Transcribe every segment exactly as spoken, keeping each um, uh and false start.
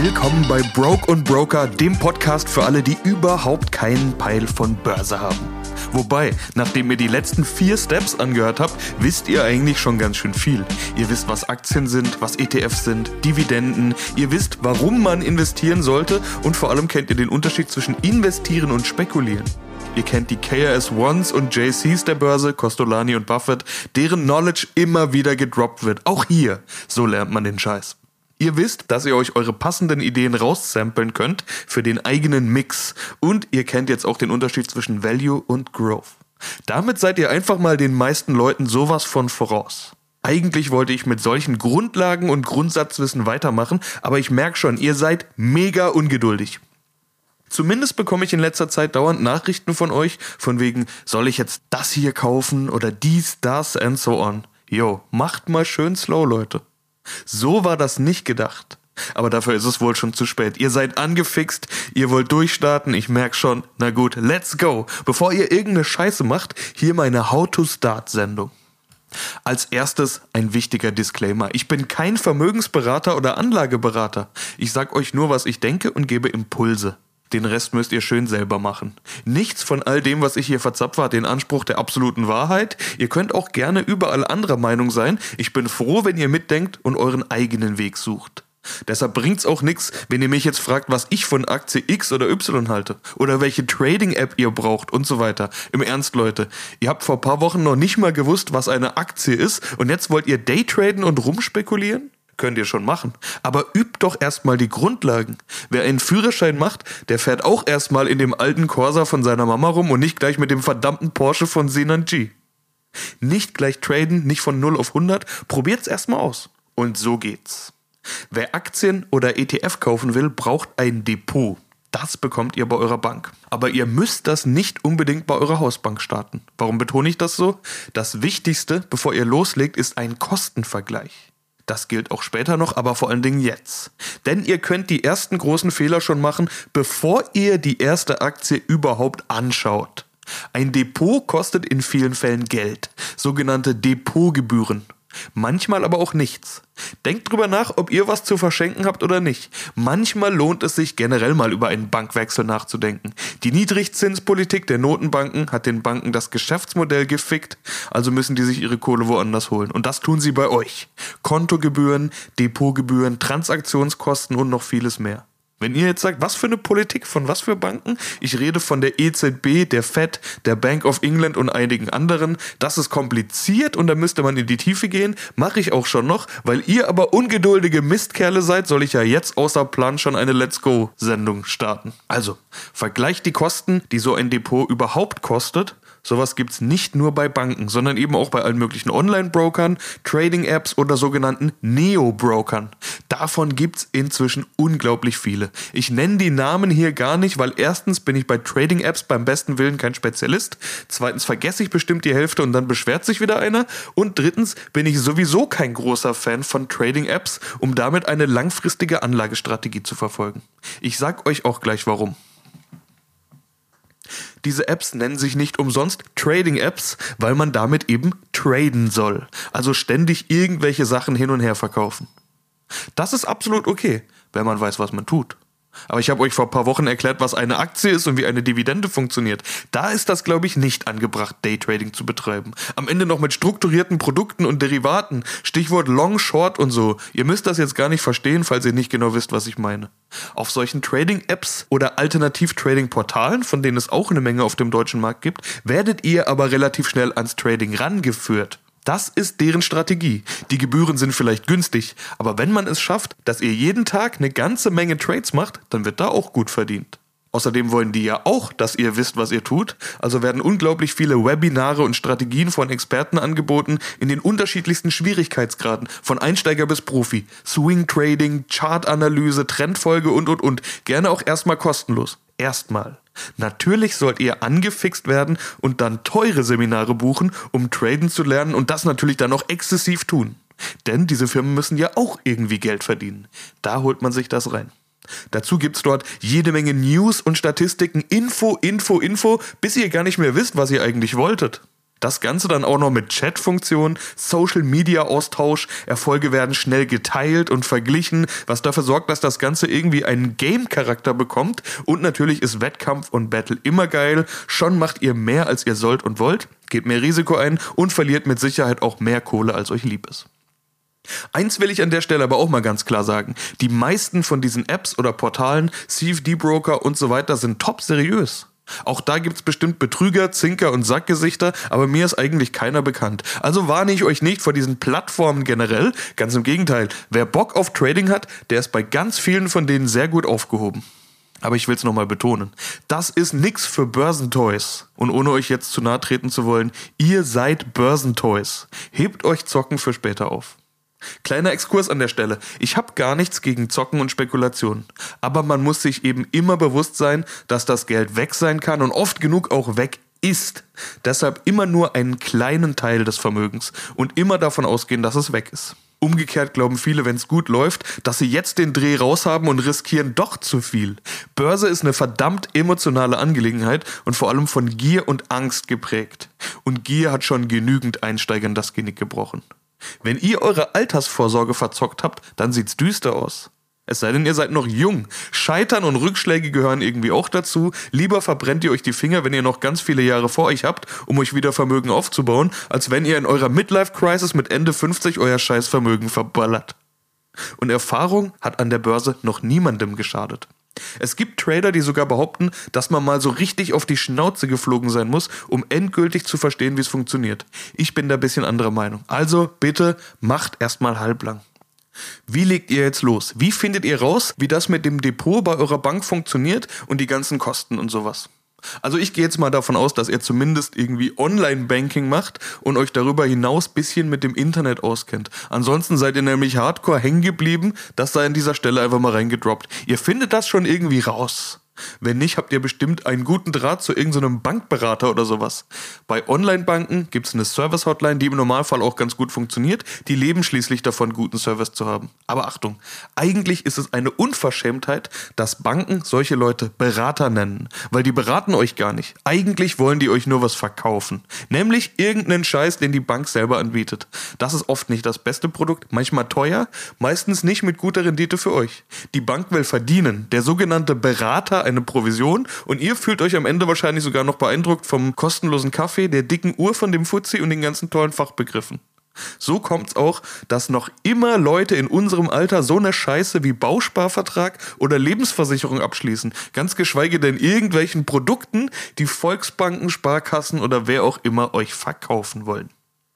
Willkommen bei Broke und Broker, dem Podcast für alle, die überhaupt keinen Peil von Börse haben. Wobei, nachdem ihr die letzten vier Steps angehört habt, wisst ihr eigentlich schon ganz schön viel. Ihr wisst, was Aktien sind, was E T Fs sind, Dividenden, ihr wisst, warum man investieren sollte und vor allem kennt ihr den Unterschied zwischen investieren und spekulieren. Ihr kennt die K R S Ones und J Cs der Börse, Costolani und Buffett, deren Knowledge immer wieder gedroppt wird. Auch hier, so lernt man den Scheiß. Ihr wisst, dass ihr euch eure passenden Ideen raussamplen könnt für den eigenen Mix. Und ihr kennt jetzt auch den Unterschied zwischen Value und Growth. Damit seid ihr einfach mal den meisten Leuten sowas von voraus. Eigentlich wollte ich mit solchen Grundlagen und Grundsatzwissen weitermachen, aber ich merke schon, ihr seid mega ungeduldig. Zumindest bekomme ich in letzter Zeit dauernd Nachrichten von euch, von wegen, soll ich jetzt das hier kaufen oder dies, das and so on. Yo, macht mal schön slow, Leute. So war das nicht gedacht. Aber dafür ist es wohl schon zu spät. Ihr seid angefixt, ihr wollt durchstarten, ich merke schon. Na gut, let's go. Bevor ihr irgendeine Scheiße macht, hier meine How-to-Start-Sendung. Als erstes ein wichtiger Disclaimer. Ich bin kein Vermögensberater oder Anlageberater. Ich sag euch nur, was ich denke und gebe Impulse. Den Rest müsst ihr schön selber machen. Nichts von all dem, was ich hier verzapfe, hat den Anspruch der absoluten Wahrheit. Ihr könnt auch gerne überall anderer Meinung sein. Ich bin froh, wenn ihr mitdenkt und euren eigenen Weg sucht. Deshalb bringt's auch nichts, wenn ihr mich jetzt fragt, was ich von Aktie X oder Y halte. Oder welche Trading-App ihr braucht und so weiter. Im Ernst, Leute. Ihr habt vor ein paar Wochen noch nicht mal gewusst, was eine Aktie ist. Und jetzt wollt ihr Daytraden und rumspekulieren? Könnt ihr schon machen. Aber übt doch erstmal die Grundlagen. Wer einen Führerschein macht, der fährt auch erstmal in dem alten Corsa von seiner Mama rum und nicht gleich mit dem verdammten Porsche von Sinan G. Nicht gleich traden, nicht von null auf hundert. Probiert's erstmal aus. Und so geht's. Wer Aktien oder E T F kaufen will, braucht ein Depot. Das bekommt ihr bei eurer Bank. Aber ihr müsst das nicht unbedingt bei eurer Hausbank starten. Warum betone ich das so? Das Wichtigste, bevor ihr loslegt, ist ein Kostenvergleich. Das gilt auch später noch, aber vor allen Dingen jetzt. Denn ihr könnt die ersten großen Fehler schon machen, bevor ihr die erste Aktie überhaupt anschaut. Ein Depot kostet in vielen Fällen Geld, sogenannte Depotgebühren. Manchmal aber auch nichts. Denkt drüber nach, ob ihr was zu verschenken habt oder nicht. Manchmal lohnt es sich generell mal über einen Bankwechsel nachzudenken. Die Niedrigzinspolitik der Notenbanken hat den Banken das Geschäftsmodell gefickt, also müssen die sich ihre Kohle woanders holen. Und das tun sie bei euch. Kontogebühren, Depotgebühren, Transaktionskosten und noch vieles mehr. Wenn ihr jetzt sagt, was für eine Politik, von was für Banken? Ich rede von der E Z B, der Fed, der Bank of England und einigen anderen. Das ist kompliziert und da müsste man in die Tiefe gehen. Mache ich auch schon noch. Weil ihr aber ungeduldige Mistkerle seid, soll ich ja jetzt außer Plan schon eine Let's Go-Sendung starten. Also, vergleicht die Kosten, die so ein Depot überhaupt kostet. Sowas gibt's nicht nur bei Banken, sondern eben auch bei allen möglichen Online-Brokern, Trading-Apps oder sogenannten Neo-Brokern. Davon gibt's inzwischen unglaublich viele. Ich nenne die Namen hier gar nicht, weil erstens bin ich bei Trading-Apps beim besten Willen kein Spezialist, zweitens vergesse ich bestimmt die Hälfte und dann beschwert sich wieder einer und drittens bin ich sowieso kein großer Fan von Trading-Apps, um damit eine langfristige Anlagestrategie zu verfolgen. Ich sag euch auch gleich warum. Diese Apps nennen sich nicht umsonst Trading-Apps, weil man damit eben traden soll. Also ständig irgendwelche Sachen hin und her verkaufen. Das ist absolut okay, wenn man weiß, was man tut. Aber ich habe euch vor ein paar Wochen erklärt, was eine Aktie ist und wie eine Dividende funktioniert. Da ist das, glaube ich, nicht angebracht, Daytrading zu betreiben. Am Ende noch mit strukturierten Produkten und Derivaten. Stichwort Long, Short und so. Ihr müsst das jetzt gar nicht verstehen, falls ihr nicht genau wisst, was ich meine. Auf solchen Trading-Apps oder Alternativ-Trading-Portalen, von denen es auch eine Menge auf dem deutschen Markt gibt, werdet ihr aber relativ schnell ans Trading rangeführt. Das ist deren Strategie. Die Gebühren sind vielleicht günstig, aber wenn man es schafft, dass ihr jeden Tag eine ganze Menge Trades macht, dann wird da auch gut verdient. Außerdem wollen die ja auch, dass ihr wisst, was ihr tut, also werden unglaublich viele Webinare und Strategien von Experten angeboten in den unterschiedlichsten Schwierigkeitsgraden, von Einsteiger bis Profi. Swing Trading, Chartanalyse, Trendfolge und und und. Gerne auch erstmal kostenlos. Erstmal. Natürlich sollt ihr angefixt werden und dann teure Seminare buchen, um traden zu lernen und das natürlich dann auch exzessiv tun. Denn diese Firmen müssen ja auch irgendwie Geld verdienen. Da holt man sich das rein. Dazu gibt's dort jede Menge News und Statistiken, Info, Info, Info, bis ihr gar nicht mehr wisst, was ihr eigentlich wolltet. Das Ganze dann auch noch mit Chat-Funktion, Social-Media-Austausch, Erfolge werden schnell geteilt und verglichen, was dafür sorgt, dass das Ganze irgendwie einen Game-Charakter bekommt. Und natürlich ist Wettkampf und Battle immer geil. Schon macht ihr mehr, als ihr sollt und wollt, geht mehr Risiko ein und verliert mit Sicherheit auch mehr Kohle, als euch lieb ist. Eins will ich an der Stelle aber auch mal ganz klar sagen. Die meisten von diesen Apps oder Portalen, C F D-Broker und so weiter sind top seriös. Auch da gibt's bestimmt Betrüger, Zinker und Sackgesichter, aber mir ist eigentlich keiner bekannt. Also warne ich euch nicht vor diesen Plattformen generell. Ganz im Gegenteil, wer Bock auf Trading hat, der ist bei ganz vielen von denen sehr gut aufgehoben. Aber ich will's nochmal betonen, das ist nix für Börsentoys. Und ohne euch jetzt zu nahe treten zu wollen, ihr seid Börsentoys. Hebt euch Zocken für später auf. Kleiner Exkurs an der Stelle. Ich habe gar nichts gegen Zocken und Spekulationen. Aber man muss sich eben immer bewusst sein, dass das Geld weg sein kann und oft genug auch weg ist. Deshalb immer nur einen kleinen Teil des Vermögens und immer davon ausgehen, dass es weg ist. Umgekehrt glauben viele, wenn es gut läuft, dass sie jetzt den Dreh raus haben und riskieren doch zu viel. Börse ist eine verdammt emotionale Angelegenheit und vor allem von Gier und Angst geprägt. Und Gier hat schon genügend Einsteigern das Genick gebrochen. Wenn ihr eure Altersvorsorge verzockt habt, dann sieht's düster aus. Es sei denn, ihr seid noch jung. Scheitern und Rückschläge gehören irgendwie auch dazu. Lieber verbrennt ihr euch die Finger, wenn ihr noch ganz viele Jahre vor euch habt, um euch wieder Vermögen aufzubauen, als wenn ihr in eurer Midlife-Crisis mit Ende fünfzig euer Scheißvermögen verballert. Und Erfahrung hat an der Börse noch niemandem geschadet. Es gibt Trader, die sogar behaupten, dass man mal so richtig auf die Schnauze geflogen sein muss, um endgültig zu verstehen, wie es funktioniert. Ich bin da ein bisschen anderer Meinung. Also bitte macht erstmal halblang. Wie legt ihr jetzt los? Wie findet ihr raus, wie das mit dem Depot bei eurer Bank funktioniert und die ganzen Kosten und sowas? Also ich gehe jetzt mal davon aus, dass ihr zumindest irgendwie Online-Banking macht und euch darüber hinaus ein bisschen mit dem Internet auskennt. Ansonsten seid ihr nämlich hardcore hängen geblieben, das sei an dieser Stelle einfach mal reingedroppt. Ihr findet das schon irgendwie raus. Wenn nicht, habt ihr bestimmt einen guten Draht zu irgendeinem Bankberater oder sowas. Bei Online-Banken gibt es eine Service-Hotline, die im Normalfall auch ganz gut funktioniert. Die leben schließlich davon, guten Service zu haben. Aber Achtung, eigentlich ist es eine Unverschämtheit, dass Banken solche Leute Berater nennen. Weil die beraten euch gar nicht. Eigentlich wollen die euch nur was verkaufen. Nämlich irgendeinen Scheiß, den die Bank selber anbietet. Das ist oft nicht das beste Produkt, manchmal teuer, meistens nicht mit guter Rendite für euch. Die Bank will verdienen. Der sogenannte Berater eine Provision und ihr fühlt euch am Ende wahrscheinlich sogar noch beeindruckt vom kostenlosen Kaffee, der dicken Uhr von dem Fuzzi und den ganzen tollen Fachbegriffen. So kommt's auch, dass noch immer Leute in unserem Alter so eine Scheiße wie Bausparvertrag oder Lebensversicherung abschließen, ganz geschweige denn irgendwelchen Produkten, die Volksbanken, Sparkassen oder wer auch immer euch verkaufen wollen.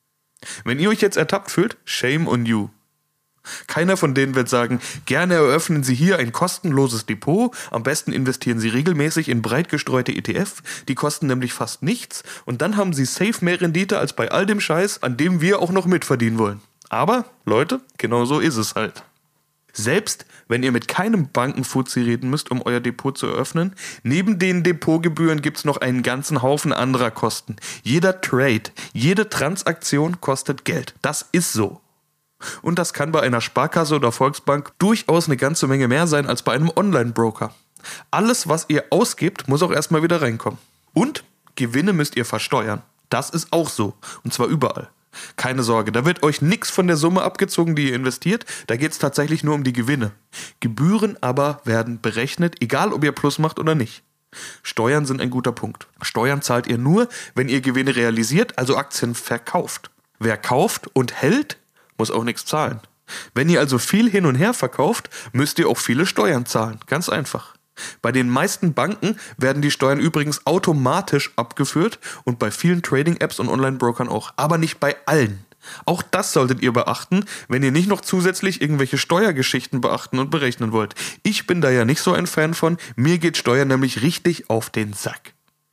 Wenn ihr euch jetzt ertappt fühlt, shame on you. Keiner von denen wird sagen, gerne eröffnen Sie hier ein kostenloses Depot, am besten investieren Sie regelmäßig in breit gestreute E T F, die kosten nämlich fast nichts und dann haben Sie safe mehr Rendite als bei all dem Scheiß, an dem wir auch noch mitverdienen wollen. Aber, Leute, genau so ist es halt. Selbst wenn ihr mit keinem Bankenfuzzi reden müsst, um euer Depot zu eröffnen, neben den Depotgebühren gibt's noch einen ganzen Haufen anderer Kosten. Jeder Trade, jede Transaktion kostet Geld. Das ist so. Und das kann bei einer Sparkasse oder Volksbank durchaus eine ganze Menge mehr sein als bei einem Online-Broker. Alles, was ihr ausgebt, muss auch erstmal wieder reinkommen. Und Gewinne müsst ihr versteuern. Das ist auch so. Und zwar überall. Keine Sorge, da wird euch nichts von der Summe abgezogen, die ihr investiert. Da geht es tatsächlich nur um die Gewinne. Gebühren aber werden berechnet, egal ob ihr Plus macht oder nicht. Steuern sind ein guter Punkt. Steuern zahlt ihr nur, wenn ihr Gewinne realisiert, also Aktien verkauft. Wer kauft und hält, muss auch nichts zahlen. Wenn ihr also viel hin und her verkauft, müsst ihr auch viele Steuern zahlen. Ganz einfach. Bei den meisten Banken werden die Steuern übrigens automatisch abgeführt und bei vielen Trading-Apps und Online-Brokern auch. Aber nicht bei allen. Auch das solltet ihr beachten, wenn ihr nicht noch zusätzlich irgendwelche Steuergeschichten beachten und berechnen wollt. Ich bin da ja nicht so ein Fan von. Mir geht Steuern nämlich richtig auf den Sack.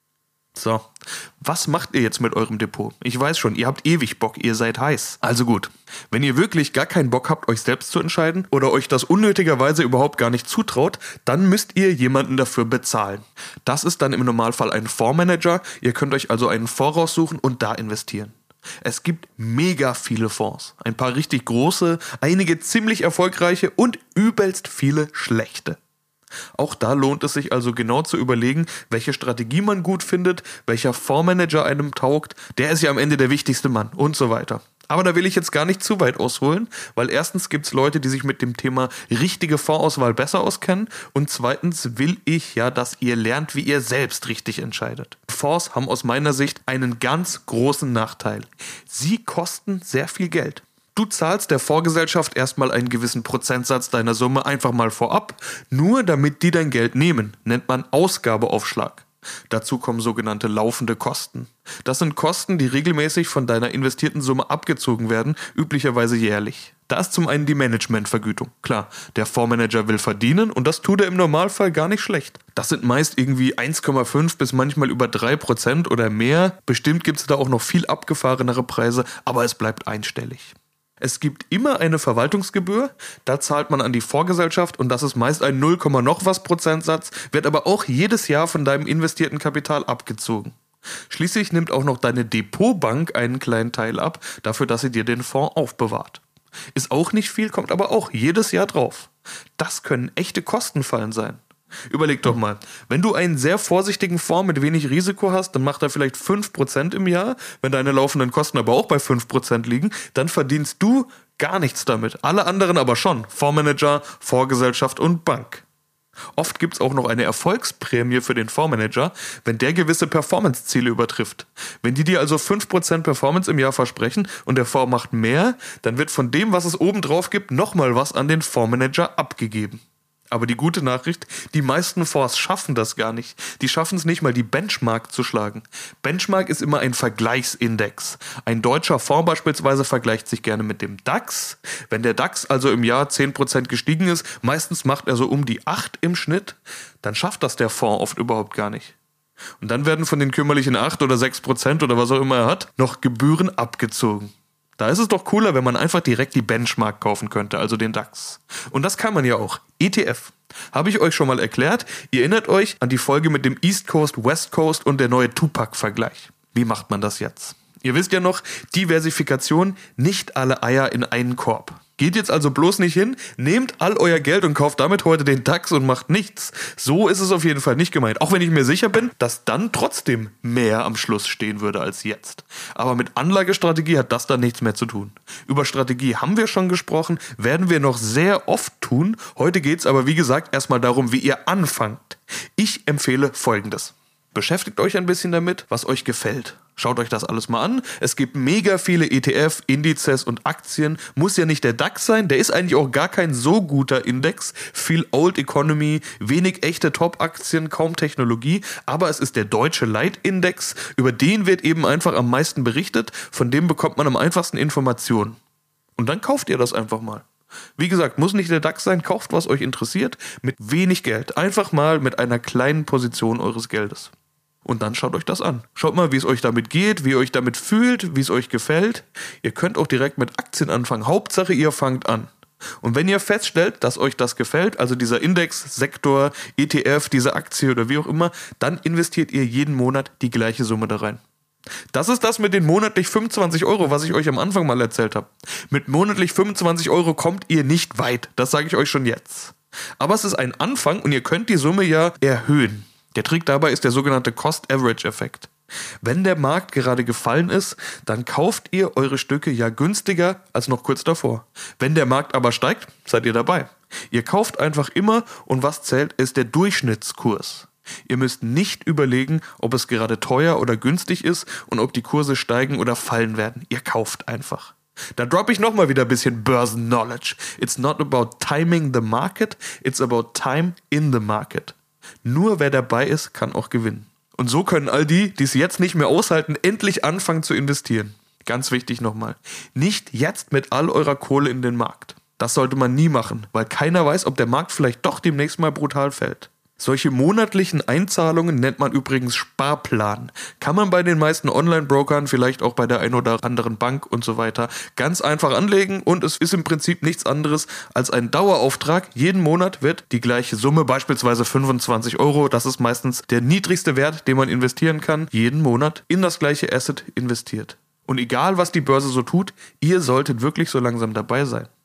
So, was macht ihr jetzt mit eurem Depot? Ich weiß schon, ihr habt ewig Bock, ihr seid heiß. Also gut, wenn ihr wirklich gar keinen Bock habt, euch selbst zu entscheiden oder euch das unnötigerweise überhaupt gar nicht zutraut, dann müsst ihr jemanden dafür bezahlen. Das ist dann im Normalfall ein Fondsmanager, ihr könnt euch also einen Fonds raussuchen und da investieren. Es gibt mega viele Fonds, ein paar richtig große, einige ziemlich erfolgreiche und übelst viele schlechte. Auch da lohnt es sich also genau zu überlegen, welche Strategie man gut findet, welcher Fondsmanager einem taugt, der ist ja am Ende der wichtigste Mann und so weiter. Aber da will ich jetzt gar nicht zu weit ausholen, weil erstens gibt es Leute, die sich mit dem Thema richtige Fondsauswahl besser auskennen und zweitens will ich ja, dass ihr lernt, wie ihr selbst richtig entscheidet. Fonds haben aus meiner Sicht einen ganz großen Nachteil. Sie kosten sehr viel Geld. Du zahlst der Fondsgesellschaft erstmal einen gewissen Prozentsatz deiner Summe einfach mal vorab, nur damit die dein Geld nehmen, nennt man Ausgabeaufschlag. Dazu kommen sogenannte laufende Kosten. Das sind Kosten, die regelmäßig von deiner investierten Summe abgezogen werden, üblicherweise jährlich. Da ist zum einen die Managementvergütung. Klar, der Fondsmanager will verdienen und das tut er im Normalfall gar nicht schlecht. Das sind meist irgendwie eins Komma fünf bis manchmal über drei Prozent oder mehr. Bestimmt gibt es da auch noch viel abgefahrenere Preise, aber es bleibt einstellig. Es gibt immer eine Verwaltungsgebühr, da zahlt man an die Fondsgesellschaft und das ist meist ein null, noch was Prozentsatz, wird aber auch jedes Jahr von deinem investierten Kapital abgezogen. Schließlich nimmt auch noch deine Depotbank einen kleinen Teil ab, dafür, dass sie dir den Fonds aufbewahrt. Ist auch nicht viel, kommt aber auch jedes Jahr drauf. Das können echte Kostenfallen sein. Überleg doch mal, wenn du einen sehr vorsichtigen Fonds mit wenig Risiko hast, dann macht er vielleicht fünf Prozent im Jahr. Wenn deine laufenden Kosten aber auch bei fünf Prozent liegen, dann verdienst du gar nichts damit. Alle anderen aber schon. Fondsmanager, Fondsgesellschaft und Bank. Oft gibt es auch noch eine Erfolgsprämie für den Fondsmanager, wenn der gewisse Performance-Ziele übertrifft. Wenn die dir also fünf Prozent Performance im Jahr versprechen und der Fonds macht mehr, dann wird von dem, was es oben drauf gibt, nochmal was an den Fondsmanager abgegeben. Aber die gute Nachricht, die meisten Fonds schaffen das gar nicht. Die schaffen es nicht mal, die Benchmark zu schlagen. Benchmark ist immer ein Vergleichsindex. Ein deutscher Fonds beispielsweise vergleicht sich gerne mit dem DAX. Wenn der DAX also im Jahr zehn Prozent gestiegen ist, meistens macht er so um die acht im Schnitt, dann schafft das der Fonds oft überhaupt gar nicht. Und dann werden von den kümmerlichen acht oder sechs Prozent oder was auch immer er hat, noch Gebühren abgezogen. Da ist es doch cooler, wenn man einfach direkt die Benchmark kaufen könnte, also den DAX. Und das kann man ja auch. E T F. Habe ich euch schon mal erklärt. Ihr erinnert euch an die Folge mit dem East Coast, West Coast und der neue Tupac-Vergleich. Wie macht man das jetzt? Ihr wisst ja noch, Diversifikation, nicht alle Eier in einen Korb. Geht jetzt also bloß nicht hin, nehmt all euer Geld und kauft damit heute den DAX und macht nichts. So ist es auf jeden Fall nicht gemeint. Auch wenn ich mir sicher bin, dass dann trotzdem mehr am Schluss stehen würde als jetzt. Aber mit Anlagestrategie hat das dann nichts mehr zu tun. Über Strategie haben wir schon gesprochen, werden wir noch sehr oft tun. Heute geht es aber wie gesagt erstmal darum, wie ihr anfangt. Ich empfehle Folgendes. Beschäftigt euch ein bisschen damit, was euch gefällt. Schaut euch das alles mal an. Es gibt mega viele E T F, Indizes und Aktien. Muss ja nicht der DAX sein, der ist eigentlich auch gar kein so guter Index. Viel Old Economy, wenig echte Top-Aktien, kaum Technologie. Aber es ist der deutsche Leitindex. Über den wird eben einfach am meisten berichtet. Von dem bekommt man am einfachsten Informationen. Und dann kauft ihr das einfach mal. Wie gesagt, muss nicht der DAX sein, kauft, was euch interessiert, mit wenig Geld. Einfach mal mit einer kleinen Position eures Geldes. Und dann schaut euch das an. Schaut mal, wie es euch damit geht, wie ihr euch damit fühlt, wie es euch gefällt. Ihr könnt auch direkt mit Aktien anfangen. Hauptsache, ihr fangt an. Und wenn ihr feststellt, dass euch das gefällt, also dieser Index, Sektor, E T F, diese Aktie oder wie auch immer, dann investiert ihr jeden Monat die gleiche Summe da rein. Das ist das mit den monatlich fünfundzwanzig Euro, was ich euch am Anfang mal erzählt habe. Mit monatlich fünfundzwanzig Euro kommt ihr nicht weit. Das sage ich euch schon jetzt. Aber es ist ein Anfang und ihr könnt die Summe ja erhöhen. Der Trick dabei ist der sogenannte Cost-Average-Effekt. Wenn der Markt gerade gefallen ist, dann kauft ihr eure Stücke ja günstiger als noch kurz davor. Wenn der Markt aber steigt, seid ihr dabei. Ihr kauft einfach immer und was zählt, ist der Durchschnittskurs. Ihr müsst nicht überlegen, ob es gerade teuer oder günstig ist und ob die Kurse steigen oder fallen werden. Ihr kauft einfach. Da droppe ich nochmal wieder ein bisschen Börsen-Knowledge. It's not about timing the market, it's about time in the market. Nur wer dabei ist, kann auch gewinnen. Und so können all die, die es jetzt nicht mehr aushalten, endlich anfangen zu investieren. Ganz wichtig nochmal, nicht jetzt mit all eurer Kohle in den Markt. Das sollte man nie machen, weil keiner weiß, ob der Markt vielleicht doch demnächst mal brutal fällt. Solche monatlichen Einzahlungen nennt man übrigens Sparplan. Kann man bei den meisten Online-Brokern, vielleicht auch bei der ein oder anderen Bank und so weiter, ganz einfach anlegen und es ist im Prinzip nichts anderes als ein Dauerauftrag. Jeden Monat wird die gleiche Summe, beispielsweise fünfundzwanzig Euro, das ist meistens der niedrigste Wert, den man investieren kann, jeden Monat in das gleiche Asset investiert. Und egal, was die Börse so tut, ihr solltet wirklich so langsam dabei sein.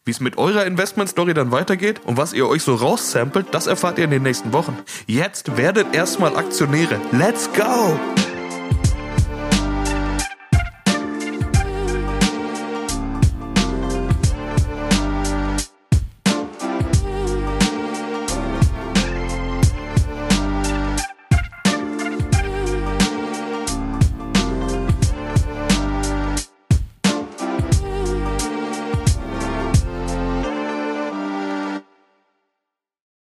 Wie es mit eurer Investment-Story dann weitergeht und was ihr euch so raussampelt, das erfahrt ihr in den nächsten Wochen. Jetzt werdet erstmal Aktionäre. Let's go!